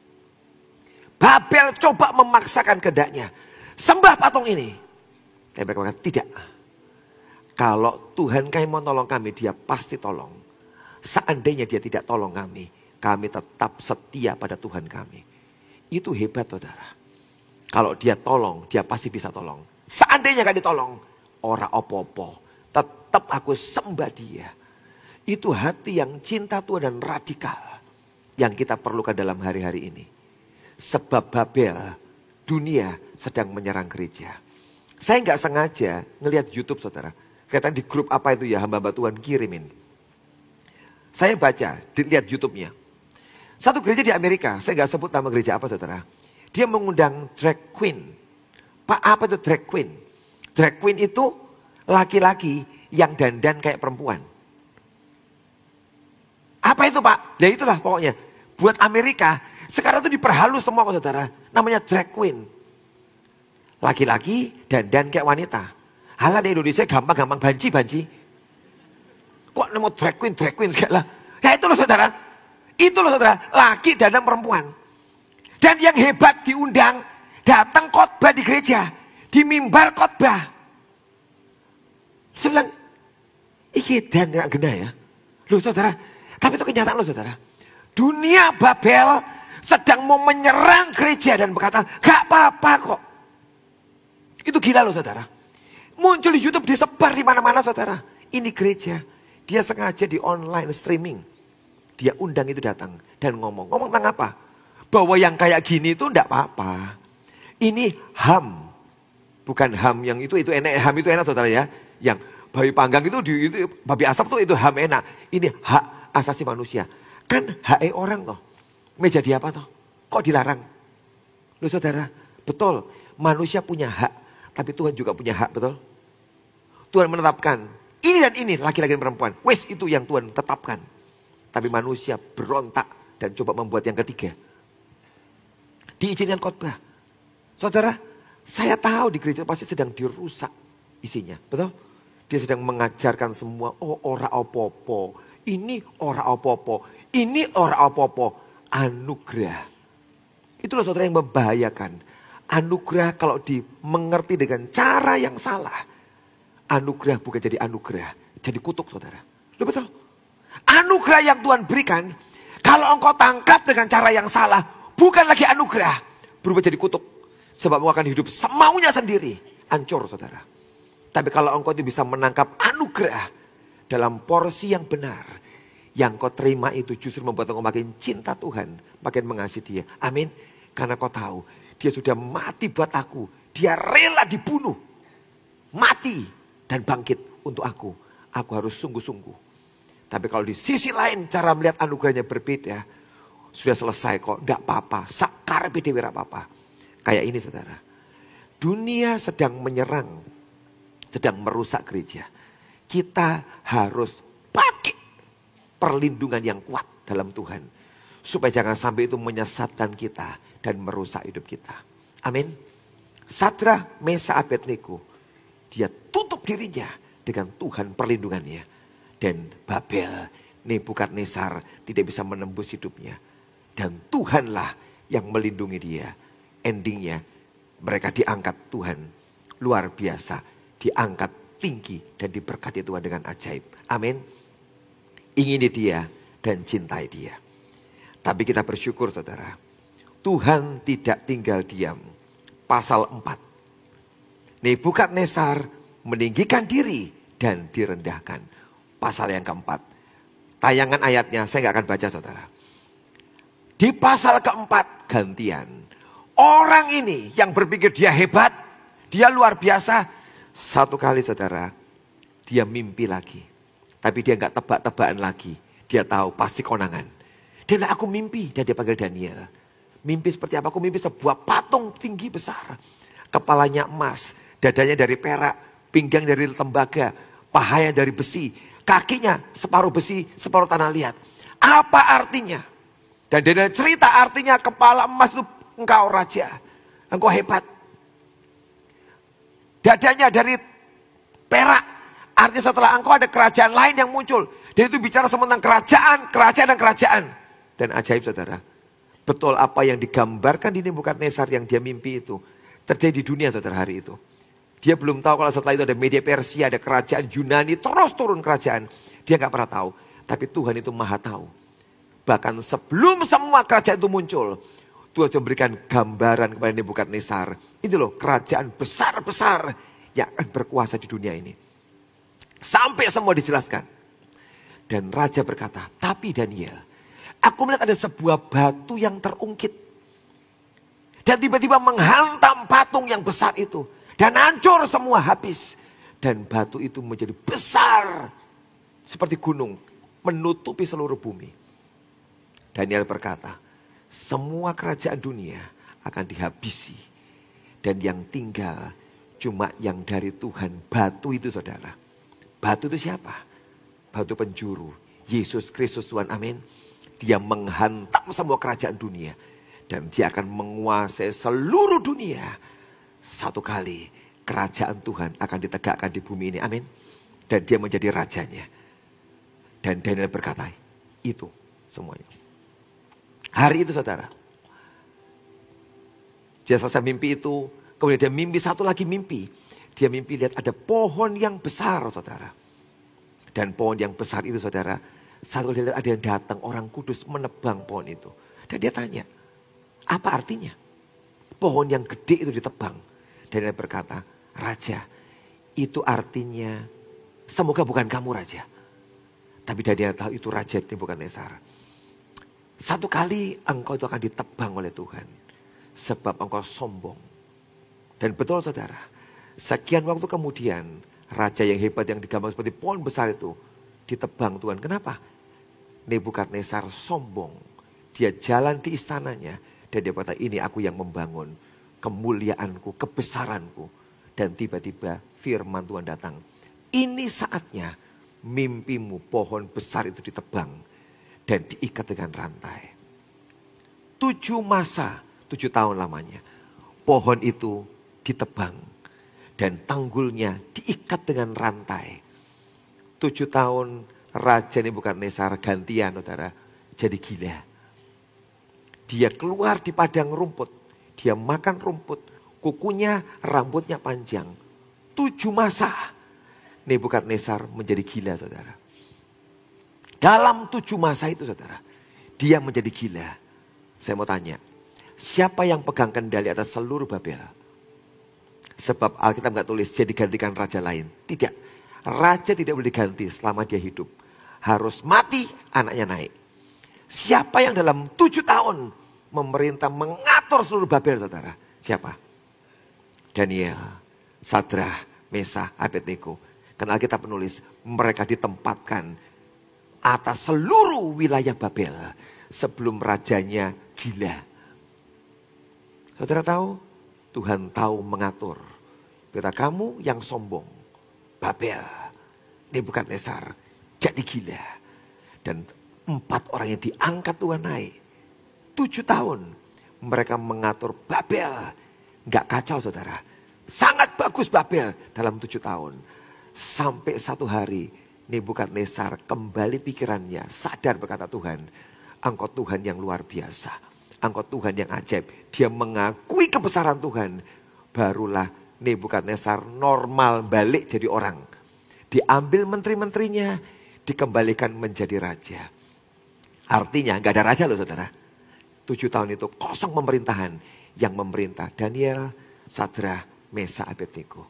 S1: Babel coba memaksakan kehendaknya, sembah patung ini. Tapi mereka berkata tidak. Kalau Tuhan kami mau tolong kami, dia pasti tolong. Seandainya dia tidak tolong kami tetap setia pada Tuhan kami. Itu hebat saudara. Kalau dia tolong, dia pasti bisa tolong. Seandainya gak ditolong, ora opo-opo, tetap aku sembah dia. Itu hati yang cinta Tuhan dan radikal yang kita perlukan dalam hari-hari ini. Sebab Babel, dunia sedang menyerang gereja. Saya nggak sengaja ngelihat YouTube saudara. Kata di grup apa itu ya, hamba-hamba Tuhan kirimin. Saya baca, dilihat YouTube-nya. Satu gereja di Amerika, saya nggak sebut nama gereja apa saudara. Dia mengundang drag queen. Pak, apa itu drag queen? Drag queen itu laki-laki yang dandan kayak perempuan. Apa itu Pak? Ya itulah pokoknya. Buat Amerika, sekarang itu diperhalus semua saudara. Namanya drag queen. Laki-laki dandan kayak wanita. Halah di Indonesia gampang-gampang banci. Kok nemu drag queen segala. Ya itu loh saudara. Itu loh saudara, laki dandan perempuan. Dan yang hebat diundang, datang khotbah di gereja. Di mimbar khotbah. Saya bilang, iki dandan gena ya. Loh saudara, tapi itu kenyataan loh saudara. Dunia Babel sedang mau menyerang gereja dan berkata, gak apa-apa kok. Itu gila loh saudara. Muncul di YouTube, disebar di mana-mana saudara. Ini gereja, dia sengaja di online streaming. Dia undang itu datang dan ngomong tentang apa? Bahwa yang kayak gini itu enggak apa-apa. Ini HAM. Bukan HAM yang itu enak, HAM itu enak saudara ya. Yang babi panggang itu babi asap tuh itu HAM enak. Ini hak asasi manusia. Kan hak orang toh. Meja di apa toh? Kok dilarang? Loh saudara, betul. Manusia punya hak. Tapi Tuhan juga punya hak, betul? Tuhan menetapkan ini dan ini, laki-laki dan perempuan. Wes itu yang Tuhan tetapkan. Tapi manusia berontak dan coba membuat yang ketiga. Diizinkan khotbah. Saudara, saya tahu di gereja pasti sedang dirusak isinya, betul? Dia sedang mengajarkan semua, oh ora opo-opo. Ini ora opo-opo. Ini ora opo-opo. Anugerah. Itulah saudara yang membahayakan. Anugerah kalau dimengerti dengan cara yang salah. Anugerah bukan jadi anugerah. Jadi kutuk saudara. Loh betul? Anugerah yang Tuhan berikan. Kalau engkau tangkap dengan cara yang salah. Bukan lagi anugerah. Berubah jadi kutuk. Sebab engkau akan hidup semaunya sendiri. Hancur saudara. Tapi kalau engkau itu bisa menangkap anugerah. Dalam porsi yang benar. Yang kau terima itu justru membuat engkau makin cinta Tuhan. Makin mengasihi dia. Amin. Karena kau tahu. Dia sudah mati buat aku. Dia rela dibunuh. Mati. dan bangkit untuk aku. Aku harus sungguh-sungguh. Tapi kalau di sisi lain cara melihat anugerahnya berbeda. Sudah selesai kok, tidak apa-apa. Sakar dewe apa-apa. Kayak ini saudara. Dunia sedang menyerang, sedang merusak gereja. Kita harus pakai perlindungan yang kuat dalam Tuhan. Supaya jangan sampai itu menyesatkan kita dan merusak hidup kita. Amin. Sadrah, Mesa, Abednego, dia tutup dirinya dengan Tuhan perlindungannya. Dan Babel, Nebukadnezar tidak bisa menembus hidupnya. Dan Tuhanlah yang melindungi dia. Endingnya mereka diangkat Tuhan luar biasa. Diangkat tinggi dan diberkati Tuhan dengan ajaib. Amin. Ingini dia dan cintai dia. Tapi kita bersyukur saudara. Tuhan tidak tinggal diam. Pasal 4. Nebukadnezar meninggikan diri dan direndahkan. Pasal yang keempat. Tayangan ayatnya saya nggak akan baca saudara. Di pasal keempat gantian. Orang ini yang berpikir dia hebat. Dia luar biasa. Satu kali saudara. Dia mimpi lagi. Tapi dia nggak tebak-tebakan lagi. Dia tahu pasti konangan. Dia bilang aku mimpi. Dan dia panggil Daniel. Mimpi seperti apa? Aku mimpi sebuah patung tinggi besar. Kepalanya emas. Dadanya dari perak. Pinggang dari tembaga. Pahanya dari besi. Kakinya separuh besi, separuh tanah liat. Apa artinya? Dan dia cerita artinya kepala emas itu engkau raja. Engkau hebat. Dadanya dari perak. Artinya setelah engkau ada kerajaan lain yang muncul. Dan itu bicara tentang kerajaan, kerajaan dan kerajaan. Dan ajaib saudara. Betul apa yang digambarkan di Nebukadnezar yang dia mimpi itu. Terjadi di dunia saudara hari itu. Dia belum tahu kalau setelah itu ada Media Persia, ada kerajaan Yunani, terus turun kerajaan. Dia gak pernah tahu. Tapi Tuhan itu maha tahu. Bahkan sebelum semua kerajaan itu muncul. Tuhan sudah memberikan gambaran kepada Nebukadnezar. Ini loh kerajaan besar-besar yang akan berkuasa di dunia ini. Sampai semua dijelaskan. Dan Raja berkata, tapi Daniel, aku melihat ada sebuah batu yang terungkit. Dan tiba-tiba menghantam patung yang besar itu. Dan hancur semua habis. Dan batu itu menjadi besar. Seperti gunung. Menutupi seluruh bumi. Daniel berkata. Semua kerajaan dunia akan dihabisi. Dan yang tinggal cuma yang dari Tuhan. Batu itu saudara. Batu itu siapa? Batu penjuru. Yesus Kristus Tuhan. Amin. Dia menghantam semua kerajaan dunia. Dan dia akan menguasai seluruh dunia. Satu kali kerajaan Tuhan akan ditegakkan di bumi ini. Amin. Dan dia menjadi rajanya. Dan Daniel berkata, itu semuanya. Hari itu saudara. Dia selesai mimpi itu. Kemudian dia mimpi satu lagi mimpi. Dia mimpi lihat ada pohon yang besar saudara. Dan pohon yang besar itu saudara. Satu kali lihat ada yang datang orang kudus menebang pohon itu. Dan dia tanya. Apa artinya? Pohon yang gede itu ditebang. Dan dia berkata, Raja, itu artinya semoga bukan kamu Raja. Tapi dia tahu itu Raja Nebukadnezar. Satu kali engkau itu akan ditebang oleh Tuhan. Sebab engkau sombong. Dan betul saudara, sekian waktu kemudian Raja yang hebat yang digambar seperti pohon besar itu ditebang Tuhan. Kenapa? Nebukadnezar sombong. Dia jalan di istananya. Dan dia berkata, ini aku yang membangun kemuliaanku, kebesaranku. Dan tiba-tiba firman Tuhan datang. Ini saatnya mimpimu pohon besar itu ditebang. Dan diikat dengan rantai. 7 masa, 7 tahun lamanya. Pohon itu ditebang. Dan tanggulnya diikat dengan rantai. 7 tahun Raja Nebukadnezar gantian saudara. Jadi gila. Dia keluar di padang rumput. Dia makan rumput. Kukunya, rambutnya panjang. 7 masa. Nebukadnezar menjadi gila saudara. Dalam 7 masa itu saudara. Dia menjadi gila. Saya mau tanya. Siapa yang pegang kendali atas seluruh Babel? Sebab Alkitab gak tulis dia digantikan raja lain. Tidak. Raja tidak boleh diganti selama dia hidup. Harus mati anaknya naik. Siapa yang dalam 7 tahun memerintah mengatur seluruh Babel saudara? Siapa? Daniel, Sadrah, Mesa, Abednego. Karena Alkitab menulis mereka ditempatkan atas seluruh wilayah Babel sebelum rajanya gila. Saudara tahu, Tuhan tahu mengatur. Kata kamu yang sombong, Babel, Nebukadnezar jadi gila. Dan 4 orang yang diangkat Tuhan naik. 7 tahun mereka mengatur Babel. Enggak kacau saudara. Sangat bagus Babel dalam 7 tahun. Sampai satu hari Nebukadnezar kembali pikirannya. Sadar berkata Tuhan, Engkau Tuhan yang luar biasa. Engkau Tuhan yang ajaib. Dia mengakui kebesaran Tuhan. Barulah Nebukadnezar normal balik jadi orang. Diambil menteri-menterinya, dikembalikan menjadi raja. Artinya gak ada raja loh saudara. 7 tahun itu kosong pemerintahan. Yang memerintah Daniel, Sadrah, Mesa, Abednego.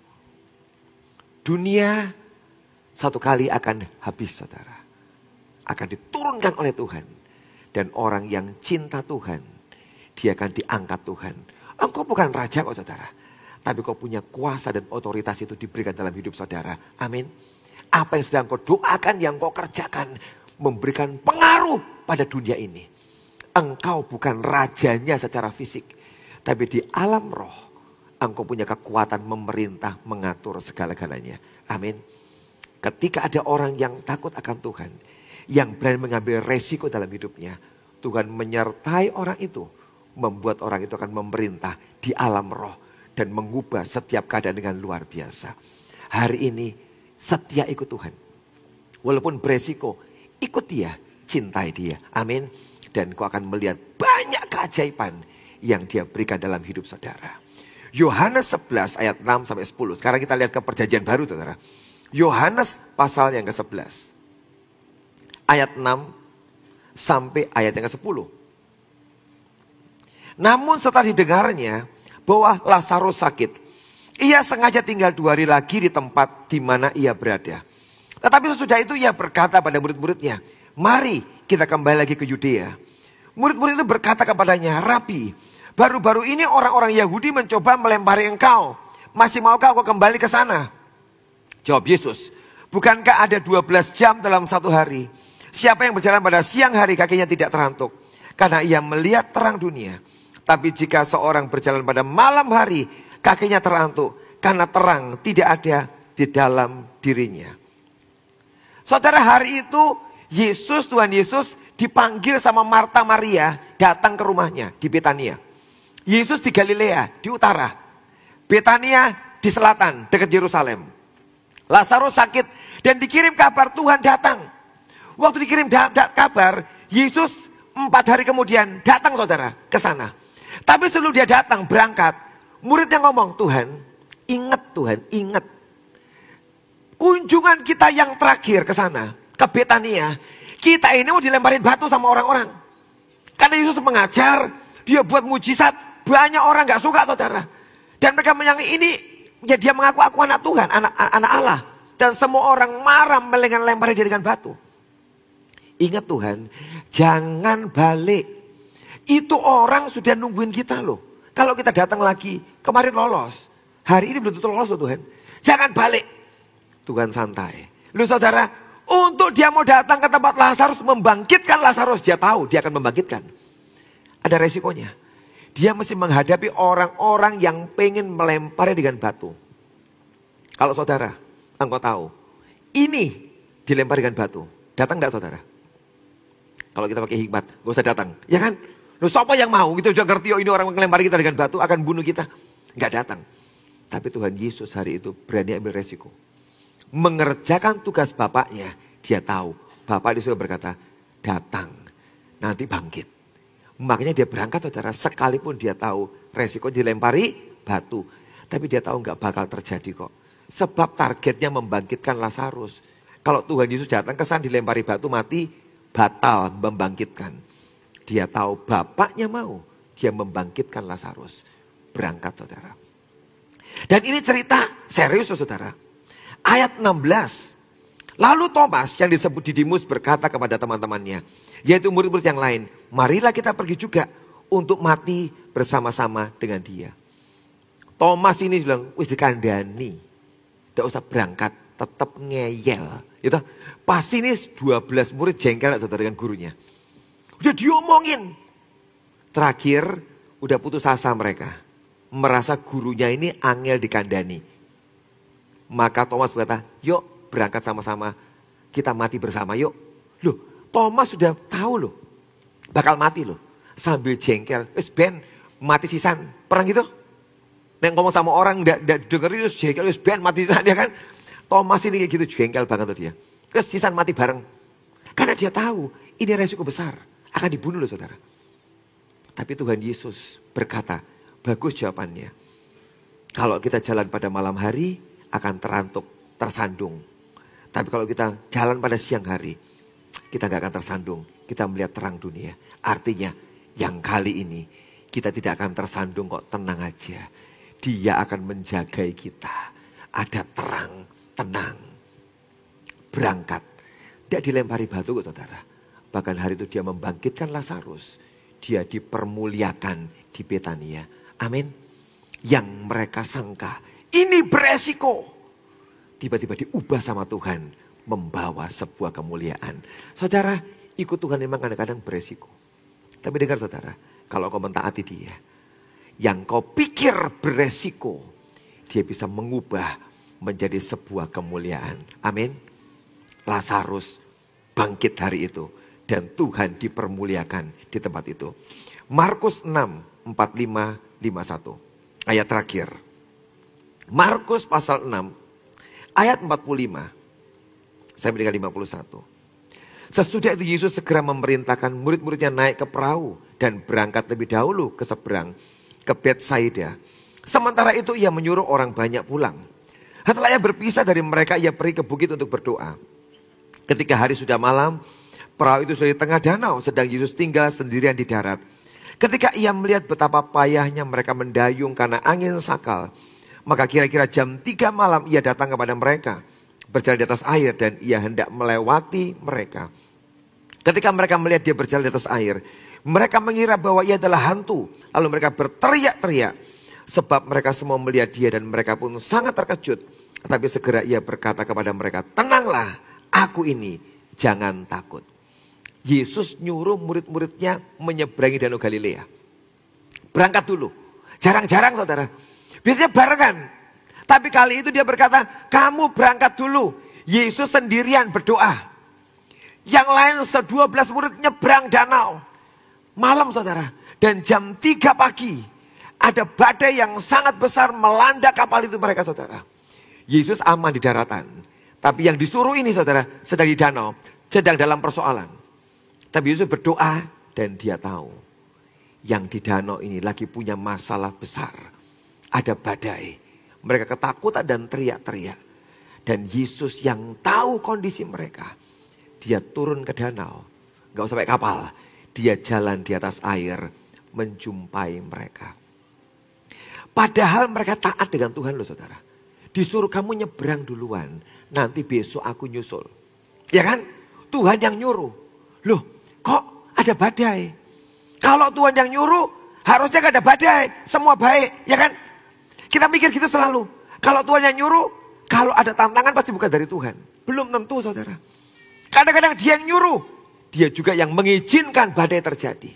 S1: Dunia satu kali akan habis saudara. Akan diturunkan oleh Tuhan. Dan orang yang cinta Tuhan, dia akan diangkat Tuhan. Engkau bukan raja kok saudara. Tapi kau punya kuasa dan otoritas itu diberikan dalam hidup saudara. Amin. Apa yang sedang kau doakan, yang kau kerjakan, memberikan pengaruh pada dunia ini. Engkau bukan rajanya secara fisik. Tapi di alam roh, engkau punya kekuatan memerintah, mengatur segala-galanya. Amin. Ketika ada orang yang takut akan Tuhan, yang berani mengambil resiko dalam hidupnya, Tuhan menyertai orang itu, membuat orang itu akan memerintah di alam roh dan mengubah setiap keadaan dengan luar biasa. Hari ini setia ikut Tuhan. Walaupun beresiko, ikut dia, cintai dia. Amin. Dan kau akan melihat banyak keajaiban yang dia berikan dalam hidup saudara. Yohanes 11 ayat 6 sampai 10. Sekarang kita lihat ke perjanjian baru saudara. Yohanes pasal yang ke-11. Ayat 6 sampai ayat yang ke-10. Namun setelah didengarnya bahwa Lazarus sakit, ia sengaja tinggal 2 hari lagi di tempat di mana ia berada. Tetapi sesudah itu ia berkata pada murid-muridnya, mari kita kembali lagi ke Yudea. Murid-murid itu berkata kepadanya, Rabi, baru-baru ini orang-orang Yahudi mencoba melempari engkau. Masih maukah kau kembali ke sana? Jawab Yesus, bukankah ada 12 jam dalam satu hari? Siapa yang berjalan pada siang hari kakinya tidak terantuk, karena ia melihat terang dunia. Tapi jika seorang berjalan pada malam hari, kakinya terantuk, karena terang tidak ada di dalam dirinya. Saudara, hari itu Yesus, Tuhan Yesus dipanggil sama Marta Maria datang ke rumahnya di Betania. Yesus di Galilea, di utara. Betania di selatan, dekat Yerusalem. Lazarus sakit dan dikirim kabar Tuhan datang. Waktu dikirim kabar, Yesus 4 hari kemudian datang saudara ke sana. Tapi sebelum dia datang berangkat, muridnya ngomong, Tuhan, ingat. Kunjungan kita yang terakhir ke sana, ke Betania, kita ini mau dilemparin batu sama orang-orang. Karena Yesus mengajar, dia buat mujizat, banyak orang gak suka saudara. Dan mereka menyangka ini, ya dia mengaku aku anak Tuhan, anak Allah. Dan semua orang marah melempari dia dengan batu. Ingat Tuhan, jangan balik. Itu orang sudah nungguin kita loh. Kalau kita datang lagi, kemarin lolos. Hari ini belum tentu lolos loh Tuhan. Jangan balik. Tuhan santai. Loh saudara, untuk dia mau datang ke tempat Lazarus, membangkitkan Lazarus. Dia tahu dia akan membangkitkan. Ada resikonya. Dia mesti menghadapi orang-orang yang pengen melempari dengan batu. Kalau saudara, engkau tahu, ini dilempar dengan batu. Datang enggak saudara? Kalau kita pakai hikmat, gak usah datang. Ya kan? Loh siapa yang mau? Kita udah ngerti, oh ini orang melempari kita dengan batu, akan bunuh kita. Enggak datang. Tapi Tuhan Yesus hari itu berani ambil resiko. Mengerjakan tugas Bapaknya, dia tahu. Bapak disuruh berkata, datang, nanti bangkit. Makanya dia berangkat saudara, sekalipun dia tahu resiko dilempari batu. Tapi dia tahu gak bakal terjadi kok. Sebab targetnya membangkitkan Lazarus. Kalau Tuhan Yesus datang kesan dilempari batu mati, batal membangkitkan. Dia tahu Bapaknya mau, dia membangkitkan Lazarus. Berangkat saudara. Dan ini cerita serius saudara. Ayat 16. Lalu Thomas yang disebut Didimus berkata kepada teman-temannya, yaitu murid-murid yang lain, marilah kita pergi juga untuk mati bersama-sama dengan dia. Thomas ini bilang, wis dikandani, tidak usah berangkat. tetap ngeyel. Gitu. Pasti ini 12 murid jengkel saudara dengan gurunya. Udah diomongin. Terakhir udah putus asa mereka. Merasa gurunya ini angel dikandani. Maka Thomas berkata, yuk berangkat sama-sama. Kita mati bersama yuk. Loh, Thomas sudah tahu loh. Bakal mati loh. Sambil jengkel. Ben, mati sisan. Pernah gitu? Nek ngomong sama orang enggak dengerin jengkel. Ben, mati sisan. Ya kan? Thomas ini kayak gitu jengkel banget tuh dia. Terus sisan mati bareng. Karena dia tahu ini resiko besar. Akan dibunuh loh saudara. Tapi Tuhan Yesus berkata, bagus jawabannya. Kalau kita jalan pada malam hari akan terantuk, tersandung. Tapi kalau kita jalan pada siang hari, kita gak akan tersandung. Kita melihat terang dunia. Artinya yang kali ini kita tidak akan tersandung kok, tenang aja. Dia akan menjagai kita. Ada terang, tenang. Berangkat. Tidak dilempari batu kok saudara. Bahkan hari itu dia membangkitkan Lazarus. Dia dipermuliakan di Betania. Amin. Yang mereka sangka ini beresiko. Tiba-tiba diubah sama Tuhan. Membawa sebuah kemuliaan. Saudara, ikut Tuhan memang kadang-kadang beresiko. Tapi dengar saudara, kalau kau mentaati dia. Yang kau pikir beresiko. Dia bisa mengubah menjadi sebuah kemuliaan. Amin. Lazarus bangkit hari itu. Dan Tuhan dipermuliakan di tempat itu. Markus 6, 45, 51. Ayat terakhir. Markus pasal 6, ayat 45. Sampai dengan 51. Sesudah itu Yesus segera memerintahkan murid-muridnya naik ke perahu. Dan berangkat lebih dahulu ke seberang, ke Betsaida. Sementara itu ia menyuruh orang banyak pulang. Setelah ia berpisah dari mereka, ia pergi ke bukit untuk berdoa. Ketika hari sudah malam, perahu itu sudah di tengah danau, sedang Yesus tinggal sendirian di darat. Ketika ia melihat betapa payahnya mereka mendayung karena angin sakal, maka kira-kira jam 3 malam ia datang kepada mereka, berjalan di atas air dan ia hendak melewati mereka. Ketika mereka melihat dia berjalan di atas air, mereka mengira bahwa ia adalah hantu. Lalu mereka berteriak-teriak, sebab mereka semua melihat dia dan mereka pun sangat terkejut. Tetapi segera ia berkata kepada mereka, tenanglah, aku ini, jangan takut. Yesus nyuruh murid-muridnya menyeberangi Danau Galilea. Berangkat dulu. Jarang-jarang saudara. Biasanya barengan. Tapi kali itu dia berkata, kamu berangkat dulu. Yesus sendirian berdoa. Yang lain 12 murid nyebrang danau. Malam saudara. Dan jam 3 pagi. Ada badai yang sangat besar melanda kapal itu mereka saudara. Yesus aman di daratan. Tapi yang disuruh ini saudara sedang di danau. Sedang dalam persoalan. Tapi Yesus berdoa dan dia tahu. Yang di danau ini lagi punya masalah besar. Ada badai. Mereka ketakutan dan teriak-teriak. Dan Yesus yang tahu kondisi mereka. Dia turun ke danau. Gak usah pakai kapal. Dia jalan di atas air. Menjumpai mereka. Padahal mereka taat dengan Tuhan loh saudara. Disuruh kamu nyebrang duluan. Nanti besok aku nyusul. Ya kan? Tuhan yang nyuruh. Loh kok ada badai? Kalau Tuhan yang nyuruh harusnya gak ada badai. Semua baik. Ya kan? Kita mikir gitu selalu. Kalau Tuhan yang nyuruh. Kalau ada tantangan pasti bukan dari Tuhan. Belum tentu saudara. Kadang-kadang dia yang nyuruh. Dia juga yang mengizinkan badai terjadi.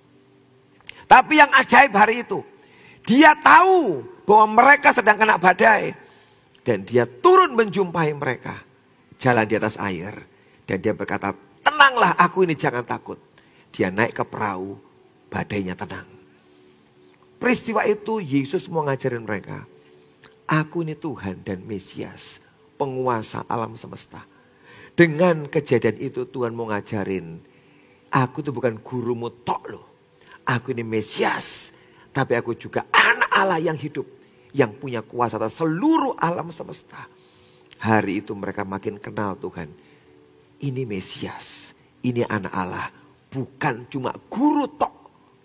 S1: Tapi yang ajaib hari itu. Dia tahu bahwa mereka sedang kena badai. Dan dia turun menjumpai mereka. Jalan di atas air. Dan dia berkata, tenanglah aku ini jangan takut. Dia naik ke perahu. Badainya tenang. Peristiwa itu Yesus mau ngajarin mereka. Aku ini Tuhan dan Mesias. Penguasa alam semesta. Dengan kejadian itu Tuhan mau ngajarin. Aku itu bukan gurumu tok loh. Aku ini Mesias. Tapi aku juga anak Allah yang hidup. Yang punya kuasa atas seluruh alam semesta. Hari itu mereka makin kenal Tuhan. Ini Mesias. Ini anak Allah. Bukan cuma guru tok.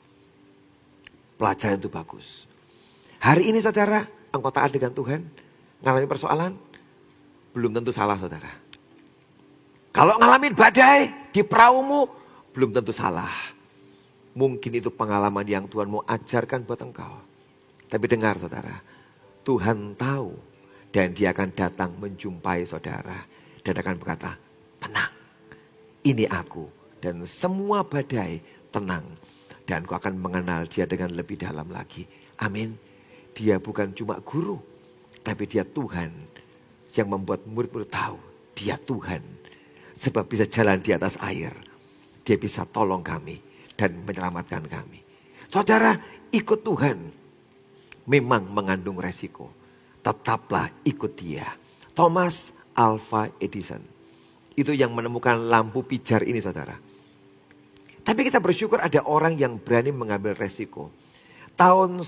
S1: Pelajaran itu bagus. Hari ini saudara. Engkau taat dengan Tuhan. Ngalami persoalan. Belum tentu salah saudara. Kalau ngalamin badai di perahumu. Belum tentu salah. Mungkin itu pengalaman yang Tuhan mau ajarkan buat engkau. Tapi dengar saudara. Tuhan tahu Dan dia akan datang menjumpai saudara. Dan akan berkata, tenang, ini aku. Dan semua badai tenang. Dan kau akan mengenal dia dengan lebih dalam lagi. Amin. Dia bukan cuma guru. Tapi dia Tuhan yang membuat murid-murid tahu. Dia Tuhan. Sebab bisa jalan di atas air. Dia bisa tolong kami dan menyelamatkan kami. Saudara, ikut Tuhan memang mengandung resiko. Tetaplah ikut dia. Thomas Alva Edison. Itu yang menemukan lampu pijar ini saudara. Tapi kita bersyukur ada orang yang berani mengambil resiko. Tahun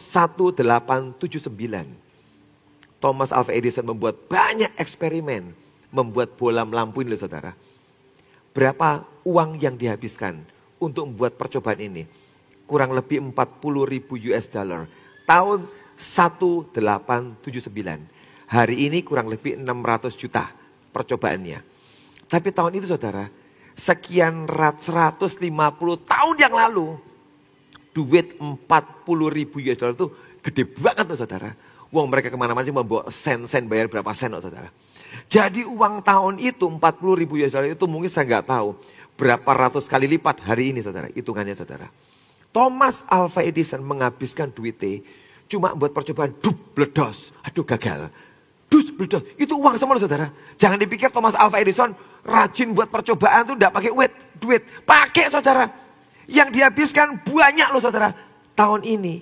S1: 1879. Thomas Alva Edison membuat banyak eksperimen. Membuat bola lampu ini saudara. Berapa uang yang dihabiskan untuk membuat percobaan ini? Kurang lebih 40.000 US dollar. Tahun 1879. Hari ini kurang lebih 600 juta percobaannya. Tapi tahun itu saudara, sekian 150 tahun yang lalu, duit 40.000 US dollar itu gede banget tuh saudara. Uang mereka kemana-mana cuma bawa sen-sen, bayar berapa sen loh saudara. Jadi uang tahun itu 40.000 US dollar itu mungkin saya nggak tahu berapa ratus kali lipat hari ini saudara, hitungannya saudara. Thomas Alva Edison menghabiskan duitnya cuma buat percobaan, bledos, aduh gagal. Bledos, itu uang semua loh saudara. Jangan dipikir Thomas Alva Edison rajin buat percobaan tuh enggak pakai duit. Pakai saudara. Yang dihabiskan banyak loh saudara. Tahun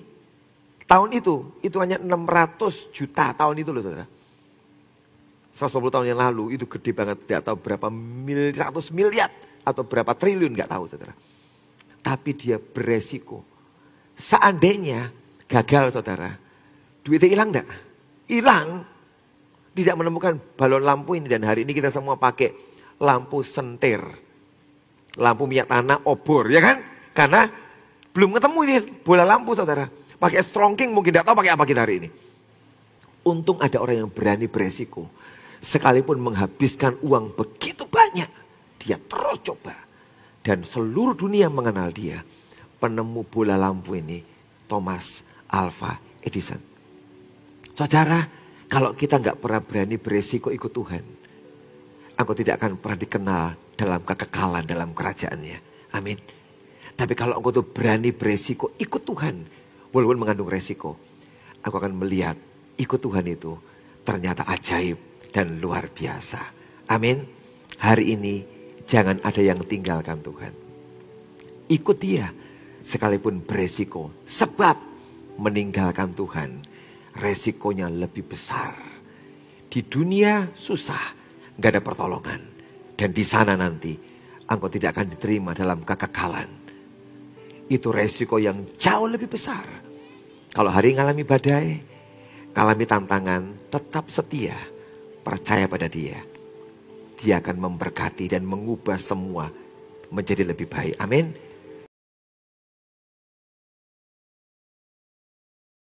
S1: itu hanya 600 juta tahun itu loh saudara. 150 tahun yang lalu itu gede banget. Tidak tahu berapa ratus miliar atau berapa triliun enggak tahu saudara. Tapi dia beresiko. Seandainya gagal saudara, duitnya hilang enggak? Hilang. Tidak menemukan balon lampu ini dan hari ini kita semua pakai lampu sentir. Lampu minyak tanah obor ya kan? Karena belum ketemu ini bola lampu saudara. Pakai strongking mungkin tidak tahu pakai apa kita hari ini. Untung ada orang yang berani beresiko. Sekalipun menghabiskan uang begitu banyak. Dia terus coba. Dan seluruh dunia mengenal dia. Penemu bola lampu ini Thomas Alva Edison. Saudara, kalau kita nggak pernah berani beresiko ikut Tuhan, engkau tidak akan pernah dikenal dalam kekekalan dalam kerajaannya. Amin. Tapi kalau engkau tuh berani beresiko ikut Tuhan, walaupun mengandung resiko, aku akan melihat ikut Tuhan itu ternyata ajaib dan luar biasa. Amin. Hari ini jangan ada yang tinggalkan Tuhan. Ikut dia sekalipun beresiko. Sebab meninggalkan Tuhan resikonya lebih besar. Di dunia susah, gak ada pertolongan. Dan di sana nanti engkau tidak akan diterima dalam kekekalan. Itu resiko yang jauh lebih besar. Kalau hari ngalami badai, ngalami tantangan, tetap setia. Percaya pada dia. Dia akan memberkati dan mengubah semua menjadi lebih baik. Amin.